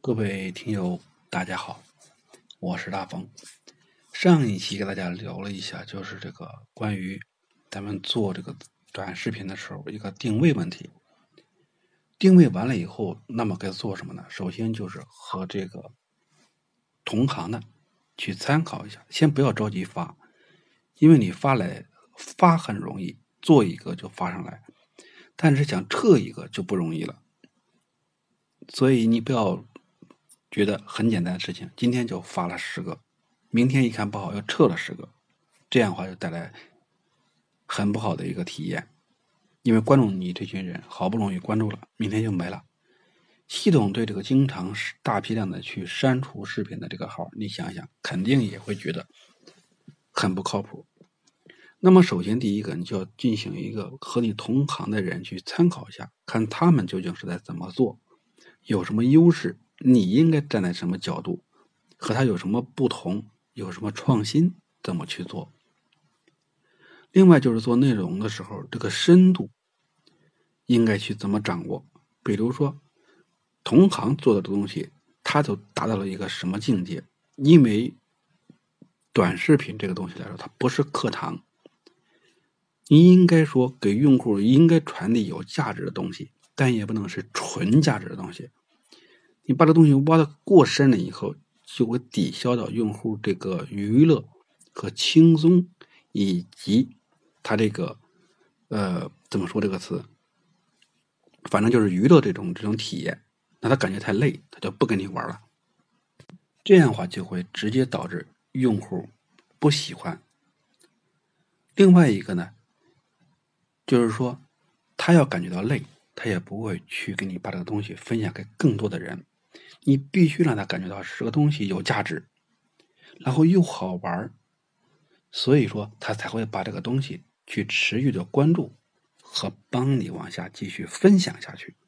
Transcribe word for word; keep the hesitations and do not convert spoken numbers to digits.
各位听友大家好，我是大风。上一期给大家聊了一下，就是这个关于咱们做这个短视频的时候一个定位问题。定位完了以后，那么该做什么呢？首先就是和这个同行的去参考一下，先不要着急发，因为你发来发很容易，做一个就发上来，但是想撤一个就不容易了。所以你不要觉得很简单的事情，今天就发了十个，明天一看不好又撤了十个，这样的话就带来很不好的一个体验。因为关注你这群人好不容易关注了，明天就没了。系统对这个经常大批量的去删除视频的这个号，你想想肯定也会觉得很不靠谱。那么首先第一个，你就要进行一个和你同行的人去参考一下，看他们究竟是在怎么做，有什么优势，你应该站在什么角度，和他有什么不同，有什么创新，怎么去做。另外就是做内容的时候，这个深度应该去怎么掌握。比如说同行做的东西，他就达到了一个什么境界。因为短视频这个东西来说，它不是课堂，你应该说给用户应该传递有价值的东西，但也不能是纯价值的东西。你把这东西挖得过深了以后，就会抵消到用户这个娱乐和轻松，以及他这个呃怎么说这个词，反正就是娱乐这种这种体验，那他感觉太累，他就不跟你玩了。这样的话就会直接导致用户不喜欢。另外一个呢，就是说他要感觉到累，他也不会去给你把这个东西分享给更多的人。你必须让他感觉到这个东西有价值，然后又好玩，所以说他才会把这个东西去持续的关注和帮你往下继续分享下去。